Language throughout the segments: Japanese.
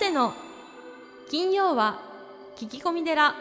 谷の金曜は聞き込み寺。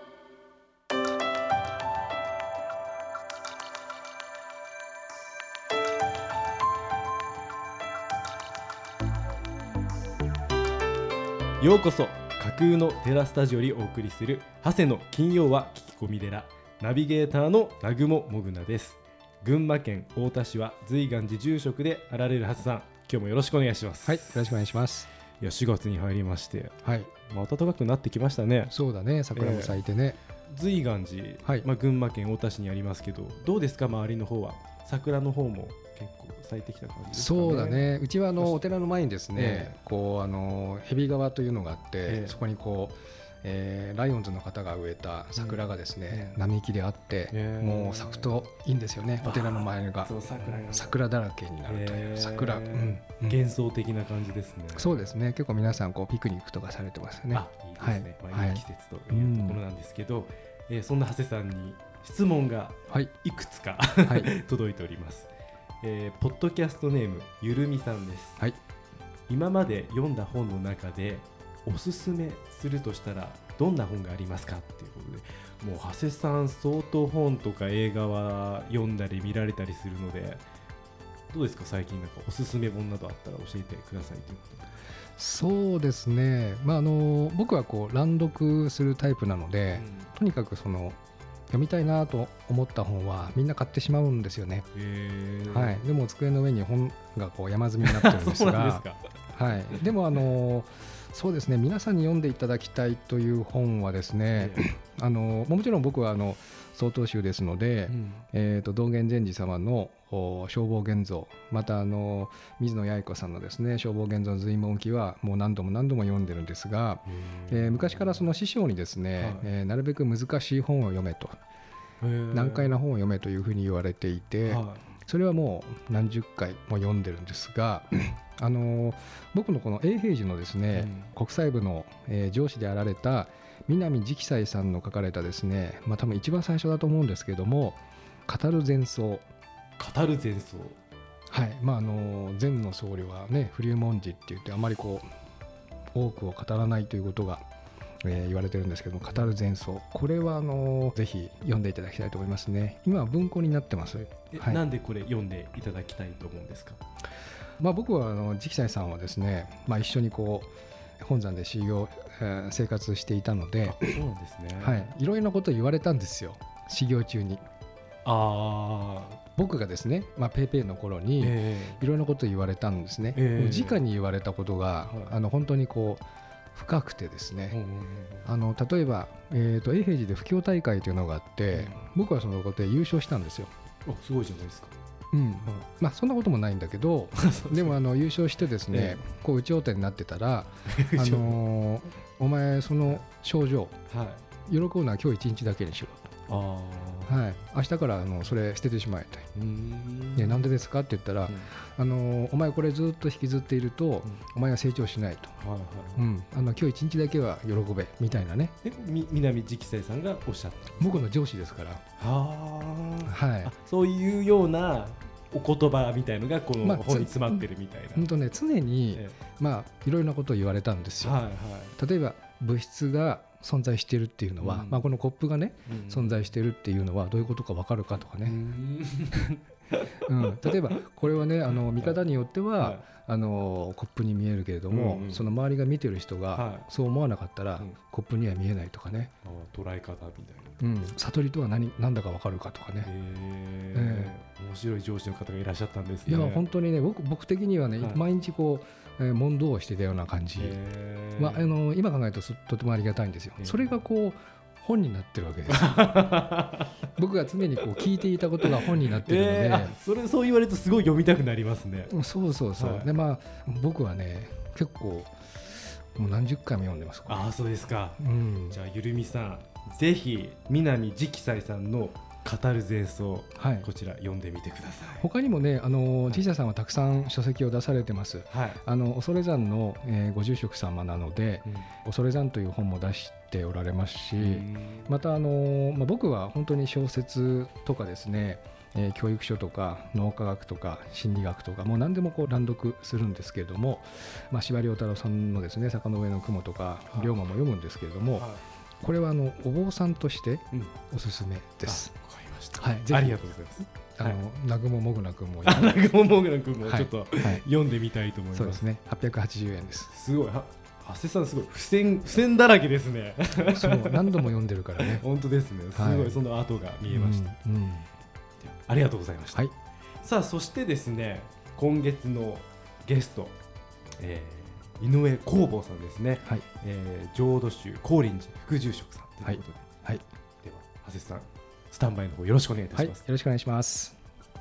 ようこそ架空のテラスタジオにお送りする長谷の金曜は聞き込み寺、ナビゲーターの南雲もぐなです。群馬県太田市は随願寺住職であられる長谷さん、今日もよろしくお願いします。 はい、よろしくお願いします。 いや、4月に入りまして、 はい、 暖かくなってきましたね。 そうだね、桜も咲いてね。 随願寺、はい、群馬県太田市にありますけど、どうですか周りの方は。桜の方も結構咲いてきた感じですかね。 そうだね、うちはお寺の前にですね、こう蛇川というのがあって、そこにこう、ライオンズの方が植えた桜がですね、並木であって、もう咲くといいんですよね。お寺の前が桜だらけになるという、桜、 幻想的な感じですね。 そうですね、結構皆さんこうピクニックとかされてますよね。 いいですね、いい季節というところなんですけど、そんな長谷さんに質問がいくつか、届いております。ポッドキャストネームゆるみさんです。はい、今まで読んだ本の中でおすすめするとしたらどんな本がありますかっていうことで、もう長谷さん相当本とか映画は読んだり見られたりするので、どうですか最近なんかおすすめ本などあったら教えてくださいということで。 そうですね、僕はこう乱読するタイプなので、とにかくその読みたいなと思った本はみんな買ってしまうんですよね。はい、でも机の上に本がこう山積みになってるんですがそうなんですか。 はい、でもそうですね、皆さんに読んでいただきたいという本はですね、もちろん僕は曹洞宗ですので、道元禅師様の正法現像、また水野八重子さんのですね正法現像随文記はもう何度も読んでるんですが、昔からその師匠にですね、なるべく難しい本を読めと、難解な本を読めというふうに言われていて、それはもう何十回も読んでるんですが僕のこの永平寺のですね、国際部の、上司であられた南直斎さんの書かれたですね、多分一番最初だと思うんですけれども、語る禅僧。 語る禅僧、 はい、禅の僧侶はね、不流文字って言ってあまりこう多くを語らないということが、言われてるんですけども、語る禅僧、これはぜひ読んでいただきたいと思いますね。今は文庫になってます。 なんでこれ読んでいただきたいと思うんですか。 僕は直斎さんはですね、一緒にこう本山で修行、生活していたので、 そうなんですね。 はい、いろいろなことを言われたんですよ、修行中に。僕がですね、ペーペーの頃にいろいろなことを言われたんですね。直に言われたことが、本当にこう深くてですね、例えば、永平寺で布教大会というのがあって、僕はそのことで優勝したんですよ。 すごいじゃないですか。 そんなこともないんだけどでも優勝してですね、こう有頂天になってたらお前その賞状、喜ぶのは今日一日だけにしろと。明日からそれ捨ててしまえと。なんでですかって言ったら、お前これずっと引きずっていると、お前は成長しないと。今日一日だけは喜べみたいなね。 南直斎さんがおっしゃった。 僕の上司ですから。 そういうようなお言葉みたいのがこの本に詰まってるみたいな。 常にいろいろなことを言われたんですよ。例えば物質が存在しているっていうのは、このコップがね、存在しているっていうのはどういうことか分かるかとかね。例えばこれはね、見方によっては、コップに見えるけれども、その周りが見てる人がそう思わなかったら、コップには見えないとかね。 捉え方みたいな。 悟りとは何だか分かるかとかね。 面白い上司の方がいらっしゃったんですね。 いや本当にね、僕的にはね、毎日こう問答をしてたような感じ、今考えるととてもありがたいんですよ。それがこう本になってるわけです僕が常にこう聞いていたことが本になっているので、 そう言われるとすごい読みたくなりますね。 そう、で僕はね結構もう何十回も読んでます。 そうですか。じゃあゆるみさん、ぜひ南直斎さんの語る禅僧、こちら読んでみてください。 他にもね、直斎さんはたくさん書籍を出されてます。恐山の、ご住職様なので、恐山という本も出しておられますし、また僕は本当に小説とかですね、 教育書とか脳科学とか心理学とかもう何でもこう乱読するんですけれども、司馬遼太郎さんのですね坂の上の雲とか龍馬も読むんですけれども、これはお坊さんとしておすすめです。 わかりました。 はい、ぜひありがとうございます。 南雲もぐなくんも南雲もぐなくんもちょっと読んでみたいと思います。 そうですね。880円です。 すごい。長谷さんすごい付箋だらけですね。 そう何度も読んでるからね。 本当ですね。すごいその跡が見えました。ありがとうございました。さあそしてですね、今月のゲスト、井上公房さんですね。浄土宗高林寺副住職さんということで、では長谷さんスタンバイの方よろしくお願いいたします。 よろしくお願いします。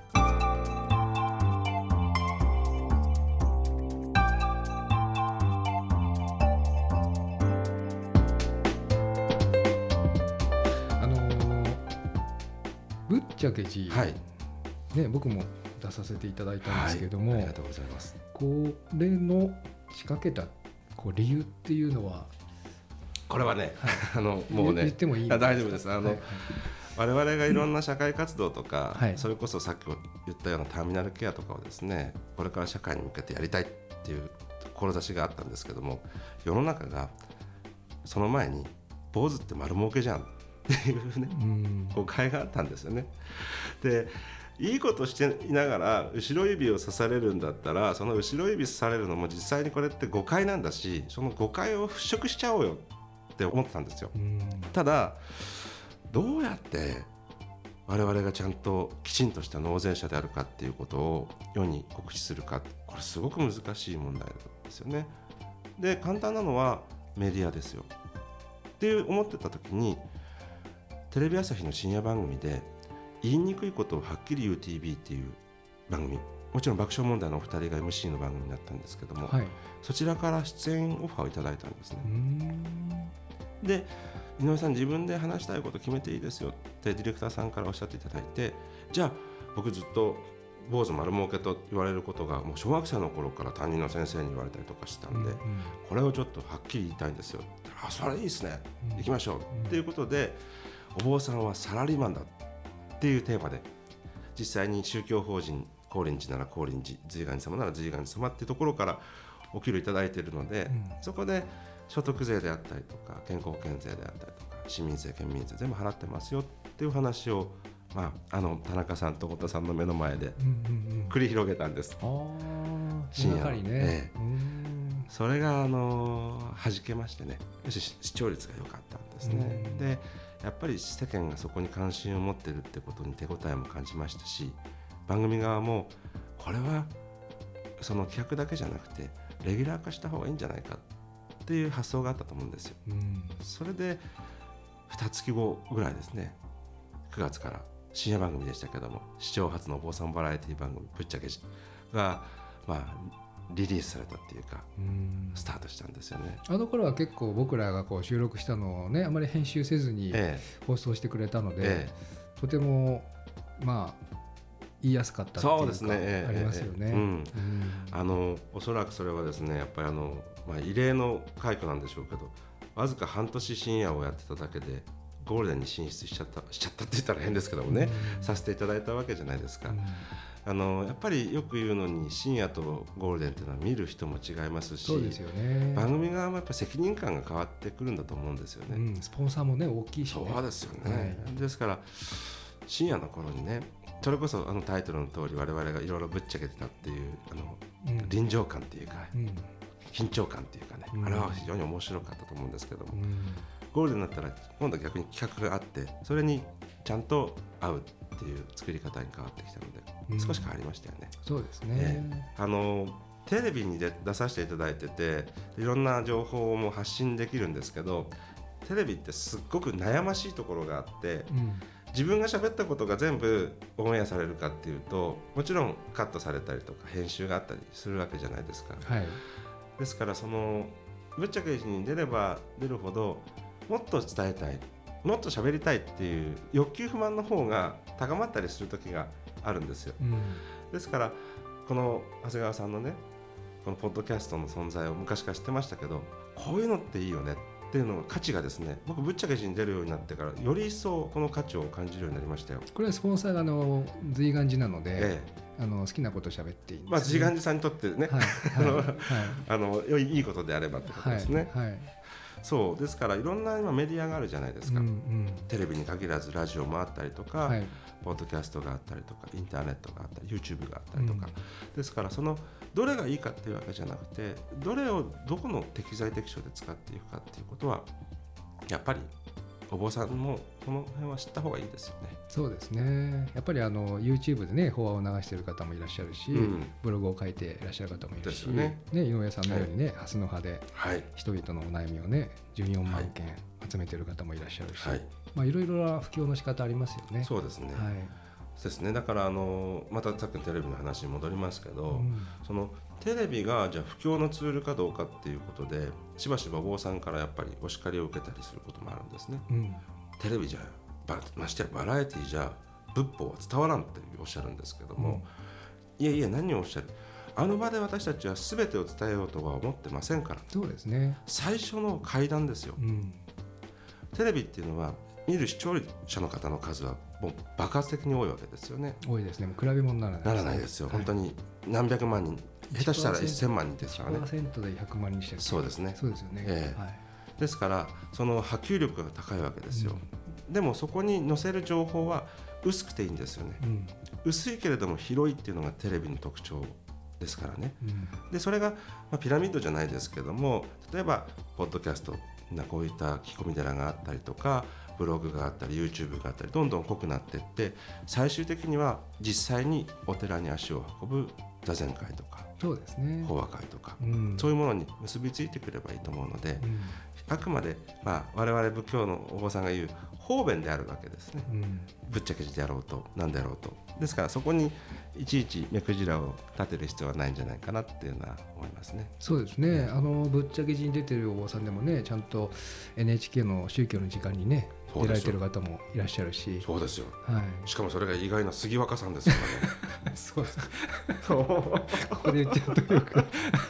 ぶっちゃけ寺、僕も出させていただいたんですけども、 ありがとうございます。 これの仕掛けた理由っていうのは、 これはね、もうね言ってもいい大丈夫です。我々がいろんな社会活動とか、それこそさっき言ったようなターミナルケアとかをですね、これから社会に向けてやりたいっていう志があったんですけども、世の中がその前に坊主って丸儲けじゃんっていうね、誤解があったんですよね。で、いいことしていながら後ろ指を刺されるんだったら、その後ろ指刺されるのも実際にこれって誤解なんだし、その誤解を払拭しちゃおうよって思ってたんですよ。ただどうやって我々がちゃんときちんとした納税者であるかっていうことを世に告知するか、これすごく難しい問題ですよね。で、簡単なのはメディアですよって思ってた時に、テレビ朝日の深夜番組で言いにくいことをはっきり言う TV っていう番組、もちろん爆笑問題のお二人が MC の番組になったんですけども、そちらから出演オファーをいただいたんですね。で、井上さん自分で話したいこと決めていいですよってディレクターさんからおっしゃっていただいて、じゃあ僕ずっと坊主丸儲けと言われることがもう小学生の頃から担任の先生に言われたりとかしたんで、これをちょっとはっきり言いたいんですよ。あ、それいいですね、行きましょうっていうことで、お坊さんはサラリーマンだっていうテーマで、実際に宗教法人高林寺なら高林寺、随願寺様なら随願寺様っていうところからお給料いただいているので、そこで所得税であったりとか健康保険税であったりとか市民税県民税全部払ってますよっていう話を、田中さんと太田さんの目の前で繰り広げたんです。深夜ね、それが弾けましてね、視聴率が良かったんですね。で、やっぱり世間がそこに関心を持ってるってことに手応えも感じましたし、番組側もこれはその企画だけじゃなくてレギュラー化した方がいいんじゃないかっていう発想があったと思うんですよ。それで2月後ぐらいですね、9月から深夜番組でしたけども、史上初のお坊さんバラエティ番組ぶっちゃけが、リリースされたっていうか、スタートしたんですよね。 あの頃は結構僕らが収録したのをね、あまり編集せずに放送してくれたので、とても言いやすかったっていうかありますよね。 おそらくそれはですね、やっぱり異例の快挙なんでしょうけど、わずか半年深夜をやってただけでゴールデンに進出しちゃったって言ったら変ですけどもね、させていただいたわけじゃないですか。やっぱりよく言うのに、深夜とゴールデンっていうのは見る人も違いますし、 そうですよね、 番組側もやっぱ責任感が変わってくるんだと思うんですよね。 スポンサーもね大きいしね。 そうですよね、ですから深夜の頃にね、それこそタイトルの通り我々がいろいろぶっちゃけてたっていう臨場感っていうか、緊張感っていうかね、あれは非常に面白かったと思うんですけども、ゴールデンになったら今度は逆に企画があって、それにちゃんと合うっていう作り方に変わってきたので、少し変わりましたよね。 そうですね、 テレビに出させていただいてて、いろんな情報も発信できるんですけど、テレビってすっごく悩ましいところがあって、自分が喋ったことが全部オンエアされるかっていうと、もちろんカットされたりとか編集があったりするわけじゃないですか。ですからぶっちゃけに出れば出るほど、もっと伝えたい、もっと喋りたいっていう欲求不満の方が高まったりする時があるんですよ。ですからこの長谷川さんのね、このポッドキャストの存在を昔から知ってましたけど、こういうのっていいよねっっていうの価値がですね、僕ぶっちゃけ字に出るようになってからより一層この価値を感じるようになりましたよ。 これはスポンサーが随願寺なので、好きなことを喋っていいんですね。 まあ随願寺さんにとってね、いいことであればってことですね。そうですからいろんな今メディアがあるじゃないですか、テレビに限らずラジオもあったりとか、ポッドキャストがあったりとかインターネットがあったり YouTube があったりとか、ですからそのどれがいいかっていうわけじゃなくて、どれをどこの適材適所で使っていくかっていうことはやっぱりお坊さんもこの辺は知った方がいいですよね。 そうですね。やっぱりYouTube でね法話を流している方もいらっしゃるし、ブログを書いていらっしゃる方もいるし、井上さんのようにね蓮の葉で人々のお悩みをね14万件集めている方もいらっしゃるし、いろいろな布教の仕方ありますよね。 そうですね。ですね。だからまたさっきのテレビの話に戻りますけど、そのテレビがじゃあ布教のツールかどうかっていうことでしばしばお坊さんからやっぱりお叱りを受けたりすることもあるんですね。テレビじゃましてやバラエティじゃ仏法は伝わらんっておっしゃるんですけども、いやいや何をおっしゃる、あの場で私たちは全てを伝えようとは思ってませんから。 そうですね。 最初の階段ですよ。テレビっていうのは見る視聴者の方の数はもう爆発的に多いわけですよね。 多いですね。もう比べ物にならないですね。 ならないですよ。本当に何百万人、下手したら1000万人ですからね。 1% で100万人してる。 そうですね。 そうですよね。 ですからその波及力が高いわけですよ。でもそこに載せる情報は薄くていいんですよね。薄いけれども広いっていうのがテレビの特徴ですからね。でそれが、ピラミッドじゃないですけども、例えばポッドキャストこういった聞き込み寺があったりとかブログがあったり YouTube があったりどんどん濃くなっていって、最終的には実際にお寺に足を運ぶ座禅会とかそうですね、 法話会とか、そういうものに結びついてくればいいと思うので、あくまで、我々仏教のお坊さんが言う方便であるわけですね。ぶっちゃけ字であろうと何であろうと。ですからそこにいちいち目くじらを立てる必要はないんじゃないかなっていうのは思いますね。 そうですね。ぶっちゃけ字に出てるお坊さんでもね、ちゃんと NHK の宗教の時間にね出られてる方もいらっしゃるし。 そうですよ、しかもそれが意外な杉若さんですからね。 そうですここで言っちゃうとよく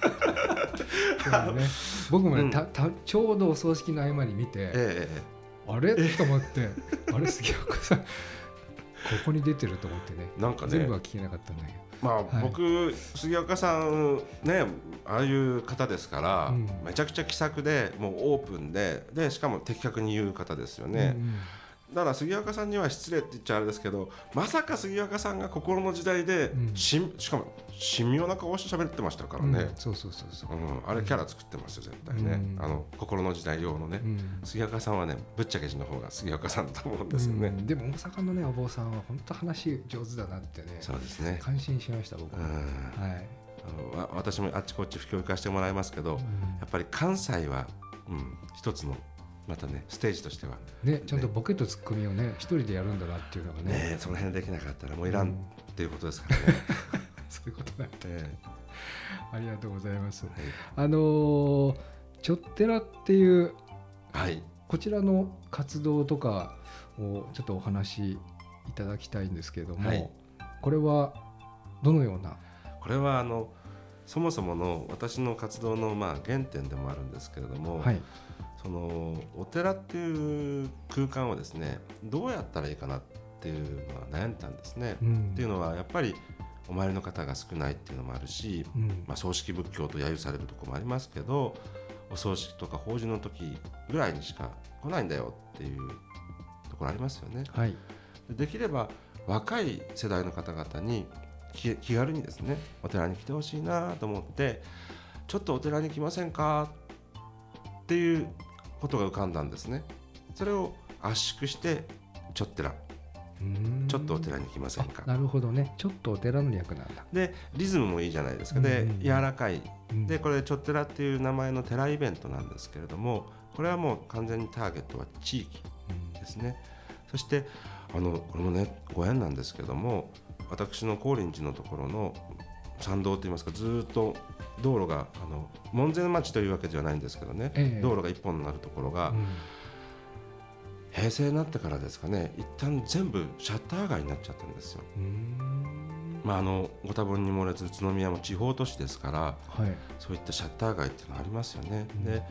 僕もね、ちょうどお葬式の合間に見て、あれと思ってあれ杉若さんここに出てると思ってね、なんかね全部は聞けなかったんだけど、 僕杉若さんね、ああいう方ですから、めちゃくちゃ気さくでもうオープンでしかも的確に言う方ですよね。だから杉若さんには失礼って言っちゃあれですけど、まさか杉若さんが心の時代で、しかも神妙な顔して喋ってましたからね。あれキャラ作ってますよ絶対ね、心の時代用のね、杉若さんはねぶっちゃけ字の方が杉若さんだと思うんですよね。 でも大阪のねお坊さんは本当話上手だなってね。 そうですね、 感心しました僕。 私もあっちこっち布教行かせてもらいますけど、やっぱり関西は、一つのまたねステージとしてはね、ちゃんとボケとツッコミをね一人でやるんだなっていうのがね、 その辺できなかったらもういらんっていうことですからね。 そういうことなんで、ありがとうございます。ちょってらっていう、こちらの活動とかをちょっとお話しいただきたいんですけれども、これはどのような？ これはそもそもの私の活動の原点でもあるんですけれども、そのお寺っていう空間をですねどうやったらいいかなっていうのは悩んでたんですね。っていうのはやっぱりお参りの方が少ないっていうのもあるし、葬式仏教と揶揄されるところもありますけど、お葬式とか法事の時ぐらいにしか来ないんだよっていうところありますよね。できれば若い世代の方々に気軽にですねお寺に来てほしいなと思って、ちょっとお寺に来ませんかっていうことが浮かんだんですね。それを圧縮してちょっとお寺に来ませんか。 なるほどね、ちょっとお寺の略なんだ。 でリズムもいいじゃないですか。で柔らかい、でこれちょっと寺っていう名前の寺イベントなんですけれども、これはもう完全にターゲットは地域ですね。そしてこれもねご縁なんですけども、私の高林寺のところの参道といいますか、ずっと道路が門前町というわけではないんですけどね、道路が一本になるところが、平成になってからですかね、一旦全部シャッター街になっちゃったんですよ。ご多分に漏れず宇都宮も地方都市ですから、そういったシャッター街っていうのがありますよね。で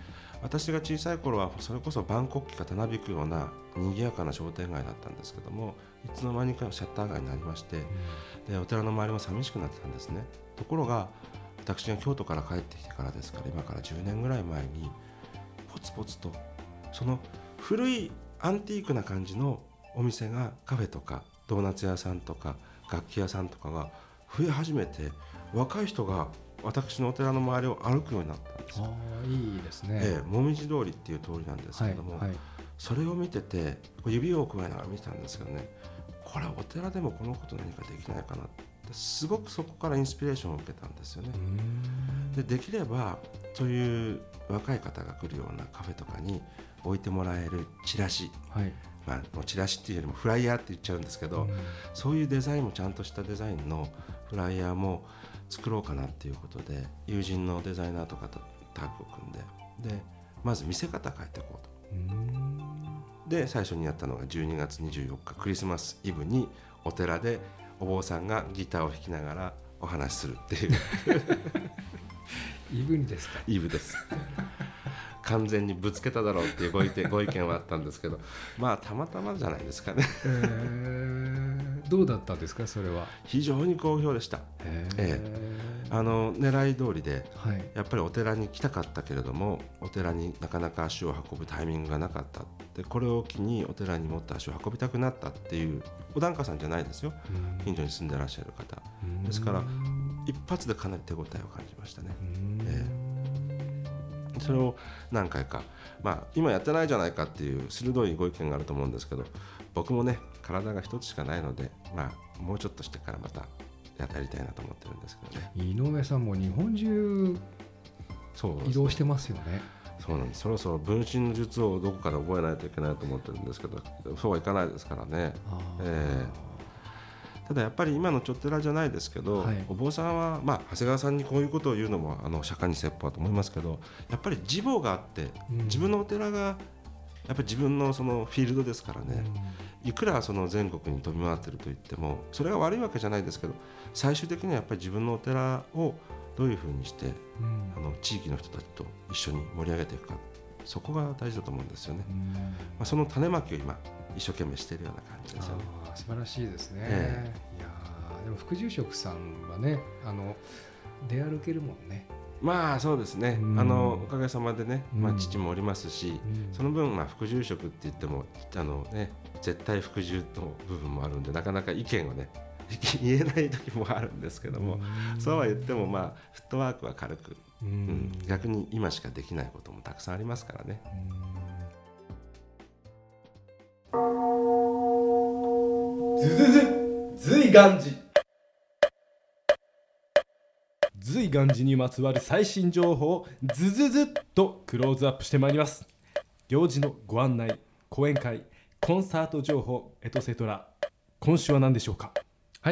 私が小さい頃はそれこそ万国旗がたなびくような賑やかな商店街だったんですけども、いつの間にかシャッター街になりまして、でお寺の周りも寂しくなってたんですね。ところが私が京都から帰ってきてからですから、今から10年ぐらい前にポツポツとその古いアンティークな感じのお店が、カフェとかドーナツ屋さんとか楽器屋さんとかが増え始めて、若い人が私のお寺の周りを歩くようになったんですよ。 いいですね。 もみじ通りっていう通りなんですけども、それを見てて指を加えながら見てたんですけどね、これお寺でもこのこと何かできないかなって、すごくそこからインスピレーションを受けたんですよね。できればそういう若い方が来るようなカフェとかに置いてもらえるチラシ、もうチラシっていうよりもフライヤーって言っちゃうんですけど、そういうデザインもちゃんとしたデザインのフライヤーも作ろうかなっていうことで、友人のデザイナーとかとタッグを組んで、まず見せ方変えていこうと。で最初にやったのが12月24日クリスマスイブにお寺でお坊さんがギターを弾きながらお話しするっていうイブにですか？ イブです完全にぶつけただろうっていうご意見はあったんですけど、まあたまたまじゃないですかねどうだったんですか？それは非常に好評でした。狙い通りで、やっぱりお寺に来たかったけれどもお寺になかなか足を運ぶタイミングがなかった。でこれを機にお寺にもっと足を運びたくなったっていうお檀家さんじゃないですよ、近所に住んでらっしゃる方ですから、一発でかなり手応えを感じましたね。それを何回か、今やってないじゃないかっていう鋭いご意見があると思うんですけど、僕もね体が一つしかないので、もうちょっとしてからまたやりたいなと思ってるんですけどね。 井上さんも日本中移動してますよね。 そうなんです。そろそろ分身の術をどこかで覚えないといけないと思ってるんですけど、そうはいかないですからね。ただやっぱり今のちょっと寺じゃないですけど、お坊さんは、長谷川さんにこういうことを言うのも釈迦に説法だと思いますけど、やっぱり自母があって、自分のお寺がやっぱり自分のそのフィールドですからね、いくらその全国に飛び回ってると言ってもそれが悪いわけじゃないですけど、最終的にはやっぱり自分のお寺をどういうふうにして、地域の人たちと一緒に盛り上げていくか、そこが大事だと思うんですよね。その種まきを今一生懸命しているような感じですよね。 素晴らしいですね。いやでも副住職さんはね出歩けるもんね。 そうですね、おかげさまでね、父もおりますし、その分、副住職って言っても絶対服従の部分もあるんで、なかなか意見をね言えない時もあるんですけども、そうは言ってもフットワークは軽く、逆に今しかできないこともたくさんありますからね。 随願寺。随願寺にまつわる最新情報をズズズッとクローズアップしてまいります。行事のご案内、講演会、コンサート情報、エトセトラ。今週は何でしょうか？ はい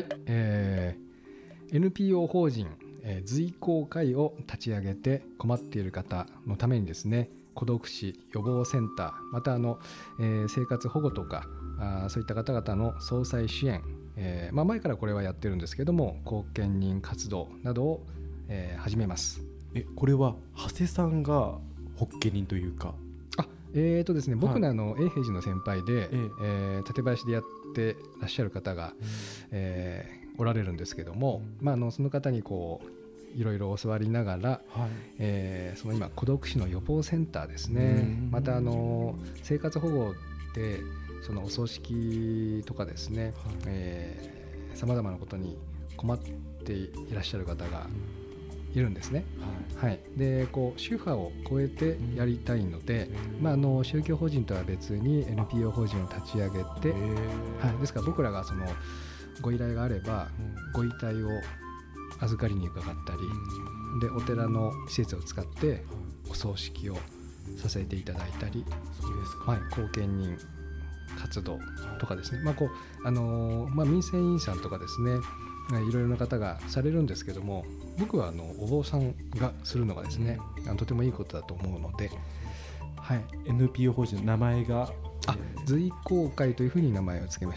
、NPO 法人、随行会を立ち上げて困っている方のためにですね、孤独死予防センター、また生活保護とかそういった方々の総裁支援、前からこれはやってるんですけども、後見人活動などを、始めます。 これは長谷さんが発起人というか？ ですね、僕の永平寺の先輩で、館林でやってらっしゃる方が、おられるんですけども、その方にいろいろ教わりながら、その今孤独死の予防センターですね、また生活保護でそのお葬式とかですね、さまざまなことに困っていらっしゃる方がいるんですね。で宗派を超えてやりたいので、宗教法人とは別に NPO 法人を立ち上げて、ですから僕らがそのご依頼があれば、ご遺体を預かりに伺ったり、でお寺の施設を使ってお葬式をさせていただいたり、後見人活動とかですね、民生委員さんとかですね、いろいろな方がされるんですけども、僕はお坊さんがするのがですね、とてもいいことだと思うので、 NPO 法人の名前が随行会というふうに名前を付けました。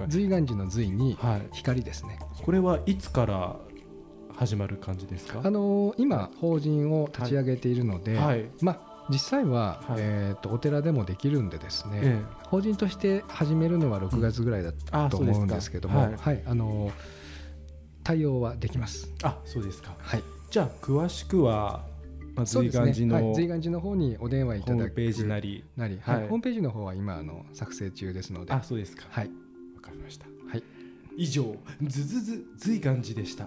随願寺の随に光ですね。 これはいつから始まる感じですか？ 今法人を立ち上げているので、 実際は、お寺でもできるんでですね、法人として始めるのは6月ぐらいだったと思うんですけども、対応はできます。 そうですか。 はい。 じゃあ詳しくは随願寺の随願寺の方にお電話いただくホームページなり、 ホームページの方は今作成中ですので。 そうですか。 はい。 わかりました。 はい。 以上随願寺でした。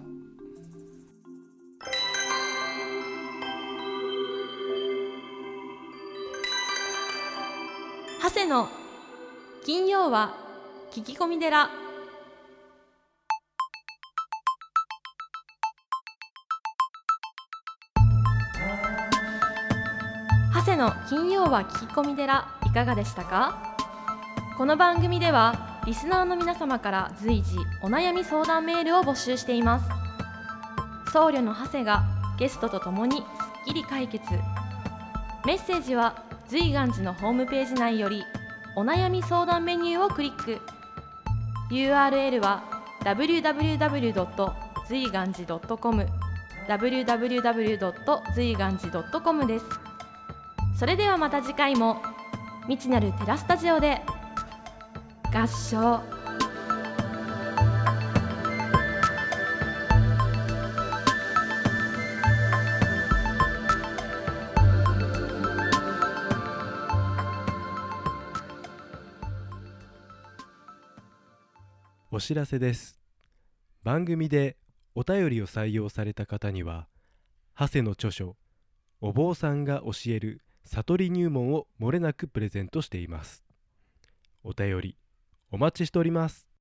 長谷の金曜は聞き込み寺。長谷の金曜は聞き込み寺、いかがでしたか？この番組ではリスナーの皆様から随時お悩み相談メールを募集しています。僧侶の長谷がゲストとともにすっきり解決。メッセージは随願寺のホームページ内よりお悩み相談メニューをクリック。 URL は www. 随願寺 .com www. 随願寺 .com です。それではまた次回も未知なるテラスタジオで合唱。 お知らせです。番組でお便りを採用された方には、長谷の著書お坊さんが教える悟り入門をもれなくプレゼントしています。お便りお待ちしております。